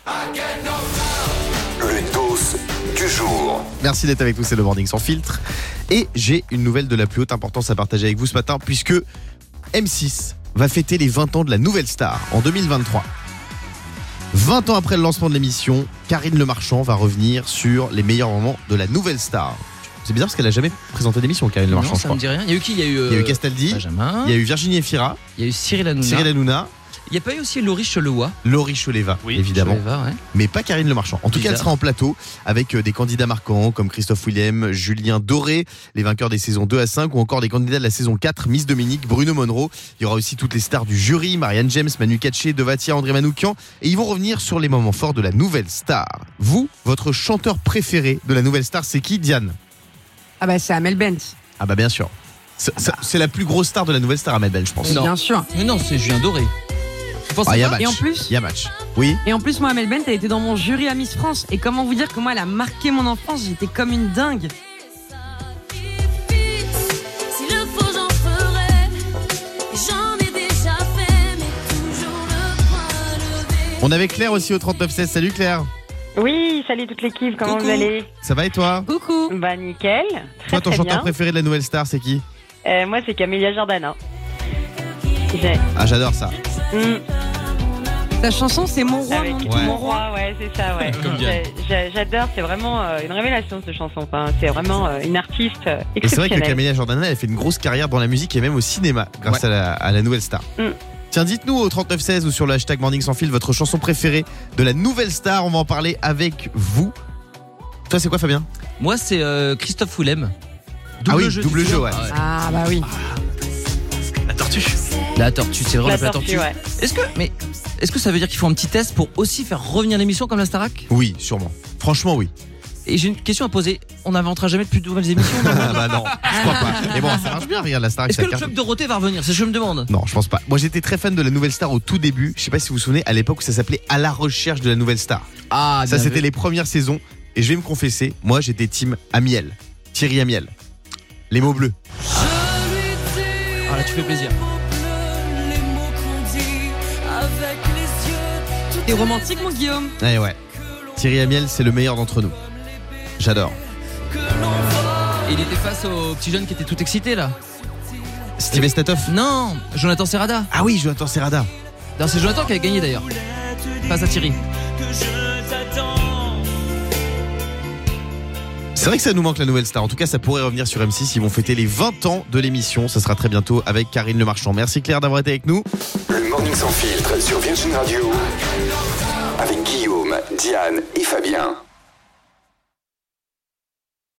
Le dos du jour. Merci d'être avec nous, c'est le Morning Sans Filtre. Et j'ai une nouvelle de la plus haute importance à partager avec vous ce matin, puisque M6 va fêter les 20 ans de la Nouvelle Star en 2023. 20 ans après le lancement de l'émission, Karine Le Marchand va revenir sur les meilleurs moments de la Nouvelle Star. C'est bizarre parce qu'elle n'a jamais présenté d'émission, Karine Le Marchand, Non, je ça crois. me dit rien. Il y a eu qui ? Il y a eu Castaldi, Benjamin. il y a eu Virginie Efira, Il y a eu Cyril Hanouna. Cyril Hanouna, Il n'y a pas eu aussi Laurie Cholewa. Laurie Choleva, évidemment. Choleva, ouais. Mais pas Karine Le Marchand. En tout cas, elle Bizarre. sera en plateau avec des candidats marquants comme Christophe Willem, Julien Doré, les vainqueurs des saisons 2 à 5 ou encore des candidats de la saison 4, Miss Dominique, Bruno Monroe. Il y aura aussi toutes les stars du jury, Marianne James, Manu Katché, Devatia, André Manoukian. Et ils vont revenir sur les moments forts de la Nouvelle Star. Vous, votre chanteur préféré de la Nouvelle Star, c'est qui, Diane ? Ah bah c'est Amel Bent. Ah bah bien sûr. C'est la plus grosse star de la Nouvelle Star, Amel Bent, je pense. Non. Bien sûr. Mais non, c'est Julien Doré. Ah, y a match. Et en plus- Il y a match. Oui. Et en plus, moi, Amel Bent, elle était dans mon jury à Miss France. Et comment vous dire que moi, elle a marqué mon enfance. J'étais comme une dingue. S'il le faut, j'en ferai. J'en ai déjà fait, mais toujours le point levé. On avait Claire aussi au 3916. Salut Claire. Oui, salut toute l'équipe, comment Coucou. vous allez? Ça va et toi ? Coucou. Bah nickel, Toi, ton très chanteur bien. préféré de la Nouvelle Star, c'est qui ? Moi c'est Camélia Jordana. Ah, j'adore ça. Ta chanson, c'est Mon Roi, Avec mon Ouais. Mon Roi, ouais, c'est ça, ouais. Comme Diane. J'adore, c'est vraiment une révélation cette chanson. Enfin, c'est vraiment une artiste Et c'est vrai que exceptionnelle. Camélia Jordana, elle fait une grosse carrière dans la musique et même au cinéma grâce à la Nouvelle Star. Tiens, dites-nous au 3916 ou sur le hashtag Morning Sans Fil votre chanson préférée de la Nouvelle Star. On va en parler avec vous. Toi, c'est quoi, Fabien ? Moi, c'est Christophe Willem. Double tu jeu, te souviens ouais. Ah bah oui. La tortue. La tortue, c'est vraiment La tortue, ouais. Est-ce que ça veut dire qu'il faut un petit test pour aussi faire revenir l'émission comme la Starac ? Oui, sûrement. Franchement, oui. Et j'ai une question à poser. On n'inventera jamais plus de nouvelles émissions dans le monde, là Bah non, je crois pas. Mais bon, ça marche bien, regarde la Star. Est-ce que le club Dorothée va revenir ? C'est ce que je me demande. Non, je pense pas. Moi, j'étais très fan de la Nouvelle Star au tout début. Je sais pas si vous vous souvenez, à l'époque où ça s'appelait À la recherche de la Nouvelle Star. Ah, Ça, c'était les premières saisons. Et je vais me confesser, moi, j'étais team Amiel. Thierry Amiel. Les mots bleus. Ah là, tu fais plaisir. T'es romantique, mon Guillaume. Ouais. Thierry Amiel, c'est le meilleur d'entre nous. J'adore. Et il était face au petit jeune qui était tout excité là. Steve Estatoff. Non, Jonathan Serrada. Ah oui, Jonathan Serrada. Non, c'est Jonathan qui a gagné d'ailleurs. Face à Thierry. C'est vrai que ça nous manque la Nouvelle Star. En tout cas, ça pourrait revenir sur M6. Ils vont fêter les 20 ans de l'émission. Ça sera très bientôt avec Karine Le Marchand. Merci Claire d'avoir été avec nous. Le Morning Sans Filtre sur Virgin Radio avec Guillaume, Diane et Fabien.